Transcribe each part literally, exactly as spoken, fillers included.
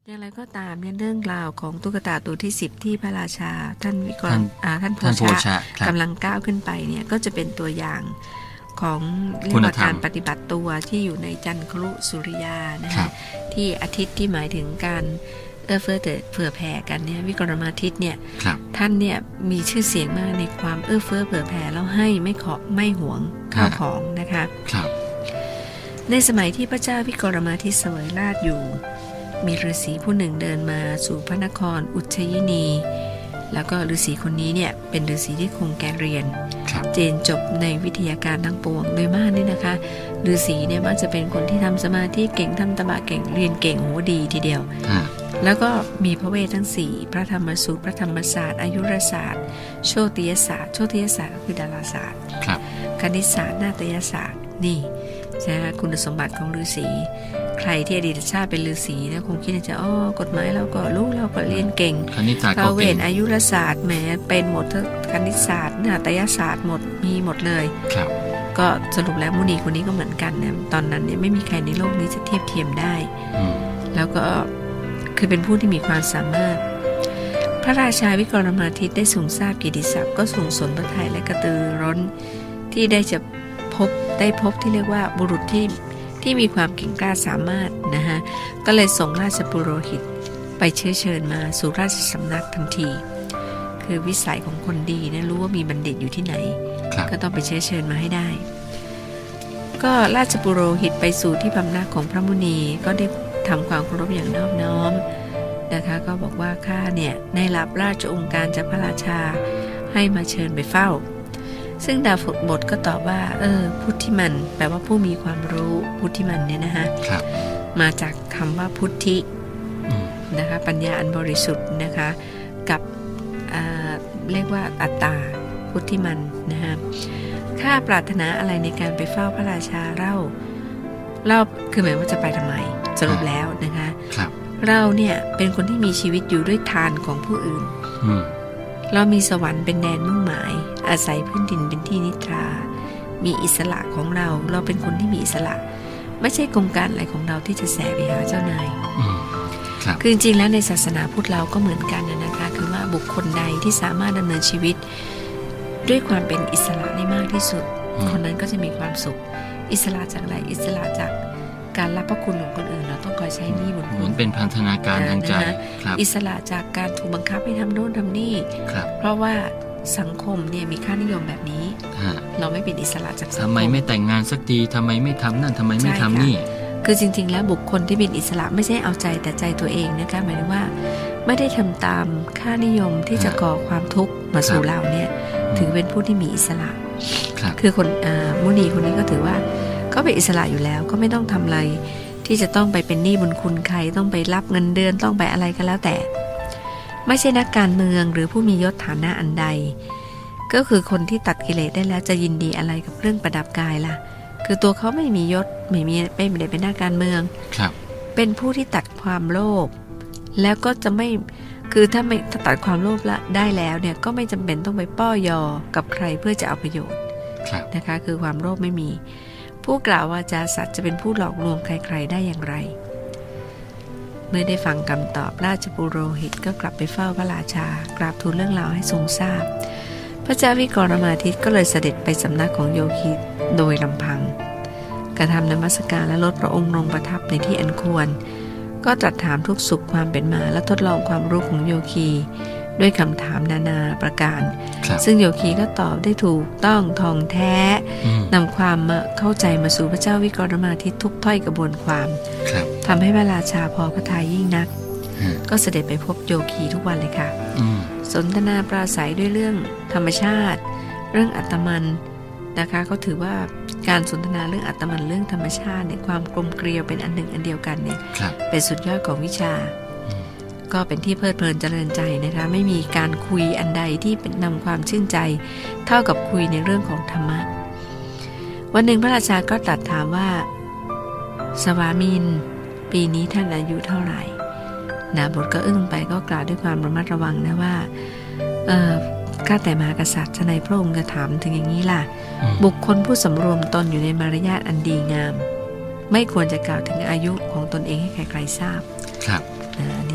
อย่างไรก็ตามเนี่ยเรื่องราวของตุ๊กตาตัวที่สิบที่พระราชาท่านวิกรท่านอ่าท่านโพท่านโพชะชะครับกำลังก้าวขึ้นไปเนี่ยก็จะเป็นตัวอย่างของเรื่คุองณธรรมการปฏิบัติตัวที่อยู่ในจันทรุสุริยานะครัคะบที่อาทิตย์ที่หมายถึงการเอื้อเฟื้อเผื่อแผ่กันเนี่ยวิกรมาทิตย์เนี่ยครับท่านเนี่ยมีชื่อเสียงมากในความเอื้อเฟื้อเผื่อแผ่แล้วให้ไม่ขอไม่หวงข้าวของนะคะครับในสมัยที่พระเจ้าวิกรมาทิตย์เสวยราชอยู่มีฤาษีผู้หนึ่งเดินมาสู่พระนครอุชยินีแล้วก็ฤาษีคนนี้เนี่ยเป็นฤาษีที่คงแก่เรียนครับเจนจบในวิทยาการทั้งปวงโดยมากนี่นะคะฤาษีเนี่ยมักจะเป็นคนที่ทำสมาธิเก่งทำตบะเก่งเรียนเก่งโหดีทีเดียวอ่าแล้วก็มีพระเวททั้งสี่พระธรรมสูตรพระธรรมศาสตร์อายุรศาสตร์โชติยศาสตร์โชติยศาสตร์ก็คือดาราศาสตร์ครับคณิตศาสตร์นาฏยศาสตร์นี่ใช่ไหมคุณสมบัติของฤาษีใครที่อดีตชาติเป็นฤาษีนะคงคิดจะอ๋อกฎหมายเราก็รู้เราก็เรียนเก่งคณิตศาสตร์พก็ระเวเก่ทงอายุรศาสตร์แหมเป็นหมดทั้งคณิตศาสตร์นาฏยศาสตร์หมดมีหมดเลยครับก็สรุปแล้วมุนีคนนี้ก็เหมือนกันนะตอนนั้นเนี่ยไม่มีใครในโลกนี้จะเทียบเทียมได้อืมแล้วก็คือเป็นผู้ที่มีความสามารถ พระราชาวิกรมาทิตย์ได้ทรงทราบกิตติศัพท์ก็ทรงสนพระทัยและกระตือร้นที่ได้จะพบได้พบที่เรียกว่าบุรุษที่ที่มีความเก่งกล้าสามารถนะฮะก็เลยส่งราชปุโรหิตไปเชื้อเชิญมาสู่ราชสำนักทันที คือวิสัยของคนดีนะรู้ว่ามีบัณฑิตอยู่ที่ไหนครับก็ต้องไปเชื้อเชิญมาให้ได้ ก็ราชปุโรหิตไปสู่ที่พำนักของพระมุนีก็ได้ทำความเคารพอย่างนอบน้อมนะคะก็บอกว่าข้าเนี่ยได้รับราชองค์การจากพระราชาให้มาเชิญไปเฝ้า ซึ่งดาบทก็ตอบว่าเออพุทธิมันแปลว่าผู้มีความรู้พุทธิมันเนี่ยนะคะครับมาจากคำว่าพุทธิอืมนะคะปัญญาอันบริสุทธิ์นะคะกับอ่าเรียกว่าอัตตาพุทธิมันนะคะข้าปรารถนาอะไรในการไปเฝ้าพระราชาเล่าเล่าคือหมายว่าจะไปทำไมสรุปแล้วนะคะครับเราเนี่ยเป็นคนที่มีชีวิตอยู่ด้วยทานของผู้อื่นอืมเรามีสวรรค์เป็นแดนมุ่งหมายอาศัยพื้นดินเป็นที่นิทรามีอิสระของเราเราเป็นคนที่มีอิสระไม่ใช่กรมการอะไรของเราที่จะแสไปหาเจ้านายอืม ครับคือจริงๆแล้วในศาสนาพุทธเราก็เหมือนกันนะคะคือว่าบุคคลใดที่สามารถดำเนินชีวิตด้วยความเป็นอิสระได้มากที่สุดอืมคนนั้นก็จะมีความสุขอิสระจากอะไรอิสระจากการรับพระคุณของคนอื่นเราต้องคอยใช้หนี้บุญเหคุมือณนเป็นพันธนาการทางใจนะคะครับอิสระจากการถูกบังคับให้ทำโน่นทำนี่ครับเพราะว่าสังคมเนี่ยมีค่านิยมแบบนี้ฮะเราไม่เป็นอิสระจากสังคทำมไมไม่แต่งงานสักทีทำไมไม่ทำนั่นทำไมไม่ทำนี่คือจริงๆแล้วบุคคลที่เป็นอิสระไม่ใช่เอาใจแต่ใจตัวเองนะคะหมายถึงว่าไม่ได้ทำตามค่านิยมที่จะก่อความทุกข์มาสู่เราเนี่ยถือเป็นผู้ที่มีอิสระครับคือคนอ่ามุนีคนนี้ก็ถือว่าเขาเป็นอิสระอยู่แล้วก็ไม่ต้องทำอะไรที่จะต้องไปเป็นหนี้บุญคุณใครต้องไปรับเงินเดือนต้องไปอะไรก็แล้วแต่ ไม่ใช่นักการเมืองหรือผู้มียศฐานะอันใด ก็คือคนที่ตัดกิเลสได้แล้วจะยินดีอะไรกับเรื่องประดับกายล่ะคือตัวเขาไม่มียศไม่มีไม่ได้เป็นนักการเมืองครับเป็นผู้ที่ตัดความโลภแล้วก็จะไม่คือถ้าไม่ถ้าตัดความโลภละได้แล้วเนี่ยก็ไม่จำเป็นต้องไปป้อยอกับใครเพื่อจะเอาประโยชน์ครับนะคะคือความโลภไม่มีผู้กล่าววาจาสัตย์จะเป็นผู้หลอกลวงใครๆได้อย่างไรเมื่อได้ฟังคำตอบราชปุโรหิตก็กลับไปเฝ้าพระราชากราบทูลเรื่องราวให้ทรงทราบพระเจ้าวิกรมาทิตย์ก็เลยเสด็จไปสำนักของโยคีโดยลำพังกระทำนมัสการและลดพระองค์ลงประทับในที่อันควรก็ตรัสถามทุกสุขความเป็นมาและทดลองความรู้ของโยคีด้วยคำถามนานาประการครับซึ่งโยคีก็ตอบได้ถูกต้องทองแท้อืมนำความมาเข้าใจมาสู่พระเจ้าวิกรมาทิตย์ทุกถ้อยกระบวนความครับทำให้พระราชาพอพระทัยยิ่งนักฮะก็เสด็จไปพบโยคีทุกวันเลยค่ะอืมสนทนาปราศัยด้วยเรื่องธรรมชาติ เรื่องอัตมันนะคะเขาถือว่าการสนทนาเรื่องอัตมันเรื่องธรรมชาติเนี่ยความกลมเกลียวเป็นอันหนึ่งอันเดียวกันเนี่ยครับเป็นสุดยอดของวิชาอืมก็เป็นที่เพลิดเพลินเจริญใจนะคะไม่มีการคุยอันใดที่เป็นนำความชื่นใจเท่ากับคุยในเรื่องของธรรมะวันหนึ่งพระราชาก็ตรัสถามว่าสวามินปีนี้ท่านอายุเท่าไหร่ดาบทก็อึ้งไปก็กล่าวด้วยความระมัดระวังนะว่าเออข้าแต่มหากษัตริย์ทำไมพระองค์จะถามถึงอย่างนี้ล่ะอืมบุคคลผู้สำรวมตนอยู่ในมารยาทอันดีงาม ไม่ควรจะกล่าวถึงอายุของตนเองให้ใครๆทราบครับอ่า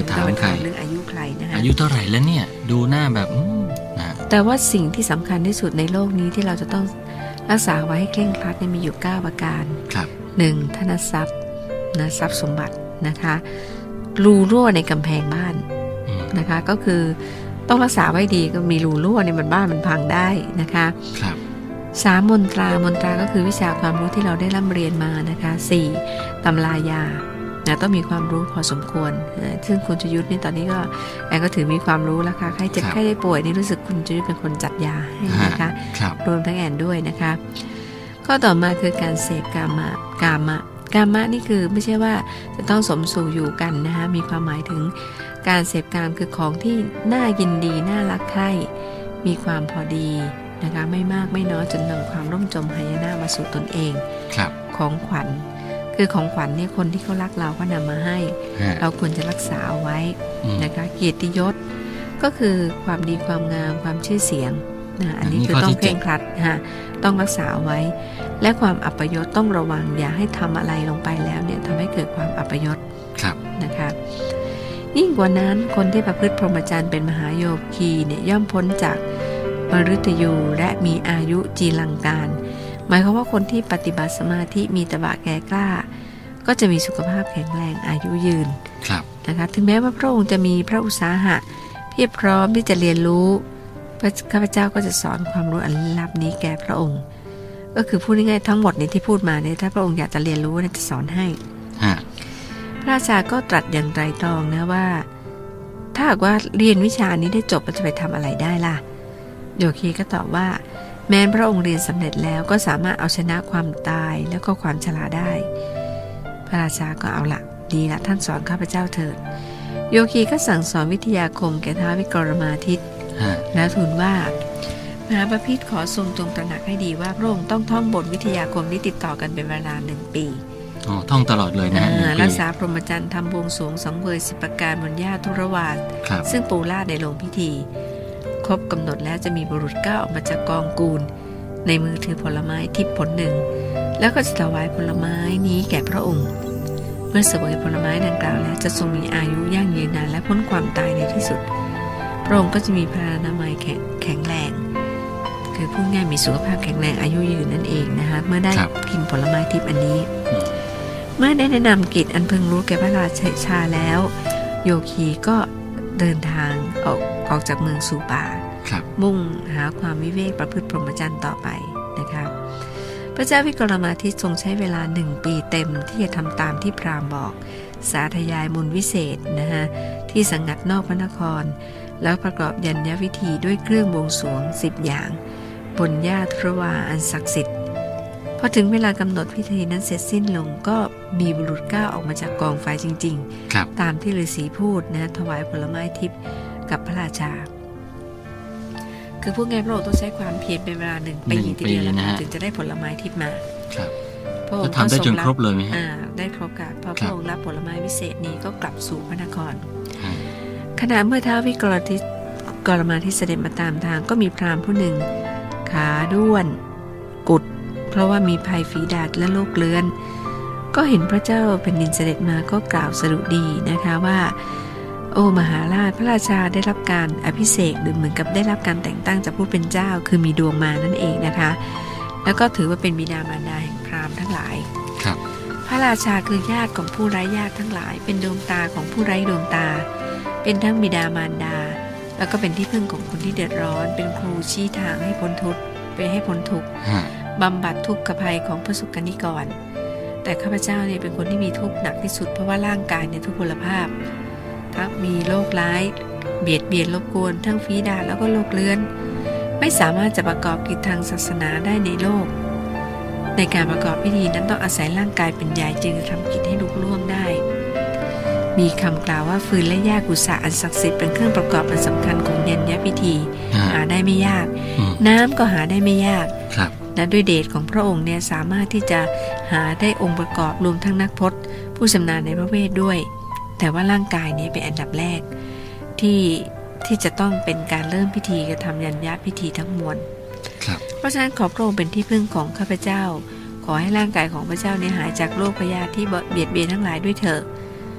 ถามใครเรื่องอายุใครนะคะอายุเท่าไหร่แล้วเนี่ยดูหน้าแบบนะแต่ว่าสิ่งที่สำคัญที่สุดในโลกนี้ที่เราจะต้องรักษาไว้ให้เคร่งครัดมีอยู่เก้าประการครับหนึ่งธนทรัพย์นะทรัพย์สมบัตินะคะรูรั่วในกำแพงบ้านนะคะก็คือต้องรักษาไว้ดีก็มีรูรั่วในมันบ้านมันพังได้นะคะครับสามมนตรามนตราก็คือวิชาความรู้ที่เราได้ร่ำเรียนมานะคะสี่ตำรายานะต้องมีความรู้พอสมควรซึ่งคุณชยุทธนี่ตอนนี้ก็แอนก็ถือมีความรู้แล้วค่ะใครเจ็บใครได้ป่วยนี่รู้สึกคุณชยุทธเป็นคนจัดยาให้นะคะรวมทั้งแอนด้วยนะคะข้อต่อมาคือการเสพกามะกามะกามะนี่คือไม่ใช่ว่าจะต้องสมสู่อยู่กันนะคะมีความหมายถึงการเสพกามคือของที่น่ายินดีน่ารักใคร่มีความพอดีนะคะไม่มากไม่น้อยจนนำความร่มจมหายนะมาสู่ตนเองของขวัญคือของขวัญเนี่ยคนที่เขารักเราก็นำมาให้เราควรจะรักษาเอาไว้นะคะเกียรติยศก็คือความดีความงามความชื่อเสียงนะอันนี้คือต้องเคร่งครัดฮะต้องรักษาเอาไว้และความอัปยศต้องระวังอย่าให้ทำอะไรลงไปแล้วเนี่ยทำให้เกิดความอัปยศนะคะยิ่งกว่านั้นคนที่ประพฤติพรหมจรรย์เป็นมหาโยคีเนี่ยย่อมพ้นจากมฤตยูและมีอายุจีรังการหมายความว่าคนที่ปฏิบัติสมาธิมีตบะแก่กล้าก็จะมีสุขภาพแข็งแรงอายุยืนนะคะถึงแม้ว่าพระองค์จะมีพระอุตสาหะเพียบพร้อมที่จะเรียนรู้พระข้าพเจ้าก็จะสอนความรู้อันลับนี้แก่พระองค์ก็คือพูดง่ายๆทั้งหมดนี้ที่พูดมาเนี่ยถ้าพระองค์อยากจะเรียนรู้เนี่ยจะสอนให้พระราชาก็ตรัสอย่างไตรตรองนะว่าถ้าหากว่าเรียนวิชานี้ได้จบจะไปทำอะไรได้ล่ะโยคีก็ตอบว่าแม้พระองค์เรียนสำเร็จแล้วก็สามารถเอาชนะความตายแล้วก็ความชราได้พระราชาก็เอาละดีละท่านสอนข้าพเจ้าเถิดโยคีก็สั่งสอนวิทยาคมแก่ท้าววิกรมาทิตแล้วทูลว่ามหาบพิตรขอทรงจงตระหนักให้ดีว่าพระองค์ต้องท่องบทวิทยาคมนี้ติดต่อกันเป็นเวลาหนึ่งปีอ๋อท่องตลอดเลยนะรักษาพรหมจรรย์ทำบวงสรวงสังเวยสิบประการบนหญ้าทุรวาทซึ่งปูลาดในโรงพิธีครบกำหนดแล้วจะมีบุรุษก้าวออกมาจากกองกูลในมือถือผลไม้ทิพย์ผลหนึ่งแล้วก็จะถวายผลไม้นี้แก่พระองค์เมื่อเสวยผลไม้ดังกล่าวแล้วจะทรงมีอายุยั่งยืนนานและพ้นความตายในที่สุดพระองค์ก็จะมีพลานามัยแข็งแข็งแรงคือพูดง่ายมีสุขภาพแข็งแรงอายุยืนนั่นเองนะคะเมื่อได้กินผลไม้ทิพย์อันนี้เมื่อได้แนะนำกิจอันพึงรู้แก่พระราชาแล้วโยคีก็เดินทางออกออกจากเมืองสู่ป่ามุ่งหาความวิเวกประพฤติพรหมจรรย์ต่อไปนะคะพระเจ้าวิกรมาทิตย์ทรงใช้เวลาหนึ่งปีเต็มที่จะทำตามที่พราหมณ์บอกสาธยายมนต์วิเศษนะฮะที่สังกัดนอกพระนครแล้วประกอบยัญญวิธีด้วยเครื่องบวงสรวงสิบอย่างบนหญ้าทุรวาอันศักดิ์สิทธิ์พอถึงเวลากำหนดพิธีนั้นเสร็จสิ้นลงก็มีบุรุษก้าวออกมาจากกองไฟจริงๆตามที่ฤาษีพูดนะถวายผลไม้ทิพย์กับพระราชาคือพูดง่ายพระองค์ต้องใช้ความเพียรเป็นเวลาหนึ่งปีทีเดียวนะถึงจะได้ผลไม้ทิพย์มาพระองค์ทำได้จนครบเลยไหมฮะได้ครบค่ะพอพระองค์รับผลไม้วิเศษนี้ก็กลับสู่พระนครขณะเมื่อท้าววิกรทิกรมาทิตเสด็จมาตามทางก็มีพราหมณ์ผู้หนึ่งขาด้วนกุดเพราะว่ามีภัยฝีดาษและโรคเลื้อนก็เห็นพระเจ้าเป็นดินเสด็จมาก็กล่าวสดุดีนะคะว่าโอ้มหาราชพระราชาได้รับการอภิเษกหรือเหมือนกับได้รับการแต่งตั้งจากผู้เป็นเจ้าคือมีดวงมานั่นเองนะคะแล้วก็ถือว่าเป็นบิดามารดาแห่งพราหมณ์ทั้งหลายครับพระราชาคือญาติของผู้ไร้ญาติทั้งหลายเป็นดวงตาของผู้ไร้ดวงตาเป็นทั้งบิดามารดาแล้วก็เป็นที่พึ่งของคนที่เดือดร้อนเป็นครูชี้ทางให้พ้นทุกข์ไปให้พ้นทุกข์บำบัดทุกขภัยของพระสุกนิกรแต่ข้าพเจ้าเนี่ยเป็นคนที่มีทุกข์หนักที่สุดเพราะว่าร่างกายเนี่ยทุกพลภาพทั้งมีโรคร้ายเบียดเบียนรบกวนทั้งฝีดาษแล้วก็โรคเลื้อนไม่สามารถจะประกอบกิจทางศาสนาได้ในโลกในการประกอบพิธีนั้นต้องอาศัยร่างกายเป็นใหญ่จึงทำกิจให้ลุล่วงได้มีคำกล่าวว่าฟืนและหญ้ากุสะอันศักดิ์สิทธิ์เป็นเครื่องประกอบอันสำคัญของยัญญพิธีหาได้ไม่ยากน้ำก็หาได้ไม่ยากและด้วยเดชของพระองค์เนี่ยสามารถที่จะหาได้องค์ประกอบรวมทั้งนักพจน์ผู้ชำนาญในพระเวทด้วยแต่ว่าร่างกายเนี่ยเป็นอันดับแรกที่ที่จะต้องเป็นการเริ่มพิธีกระทำยัญญพิธีทั้งมวลเพราะฉะนั้นขอพระองค์เป็นที่พึ่งของข้าพเจ้าขอให้ร่างกายของพระเจ้าเนี่ยหายจากโรคพยาธิที่เบียดเบียนทั้งหลายด้วยเถิด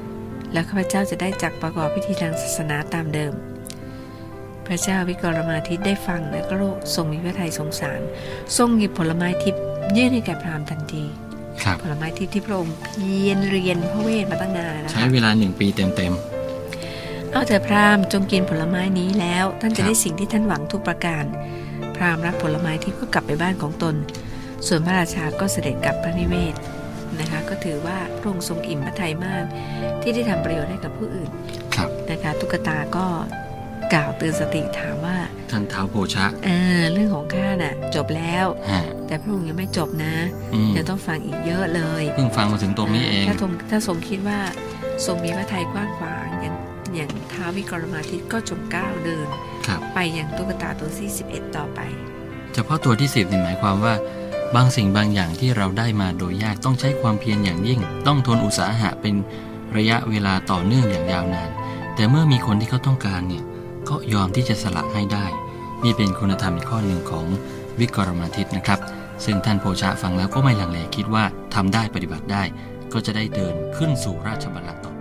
แล้วข้าพเจ้าจะได้จักประกอบพิธีทางศาสนาตามเดิมพระเจ้าวิกรมาทิตได้ฟังและก็ทรงมีพระทัยสงสารทรงหยิบผลไม้ทิพย์ยื่นให้แก่พราหมณ์ทันทีผลไม้ทิพย์ที่พระองค์เพียรเรียนพระเวทมาตั้งนานนะคะใช้เวลาหนึ่งปีเต็มๆเอาเถอะพราหมณ์จงกินผลไม้นี้แล้วท่านจะได้สิ่งที่ท่านหวังทุกประการพราหมณ์รับผลไม้ทิพย์ก็กลับไปบ้านของตนส่วนพระราชาก็เสด็จกลับพระนิเวศนะคะก็ถือว่าพระองค์ทรงอิ่มพระทัยมากที่ได้ทำประโยชน์ให้กับผู้อื่นนะคะตุ๊กตาก็กล่าวเตือนสติถามว่าท่านท้าวโพชะเออเรื่องของข้าน่ะจบแล้วแต่พระองค์ยังไม่จบนะยังต้องฟังอีกเยอะเลยเพิ่งฟังมาถึงตรงนี้เองถ้าทรงถ้าทรงคิดว่าทรงมีพระทัยกว้างขวางอย่างอย่างท้าววิกรมาทิตก็จงก้าวเดินไปอย่างตุ๊กตาตัวที่สิบเอ็ดต่อไปเฉพาะตัวที่สิบนี่หมายความว่าบางสิ่งบางอย่างที่เราได้มาโดยยากต้องใช้ความเพียรอย่างยิ่งต้องทนอุตสาหะเป็นระยะเวลาต่อเนื่องอย่างยาวนานแต่เมื่อมีคนที่เขาต้องการเนี่ยก็ยอมที่จะสละให้ได้นี่เป็นคุณธรรมอีกข้อหนึ่งของวิกรมาทิตนะครับซึ่งท่านโพชะฟังแล้วก็ไม่ลังเลคิดว่าทำได้ปฏิบัติได้ก็จะได้เดินขึ้นสู่ราชบัลลังก์ต่อ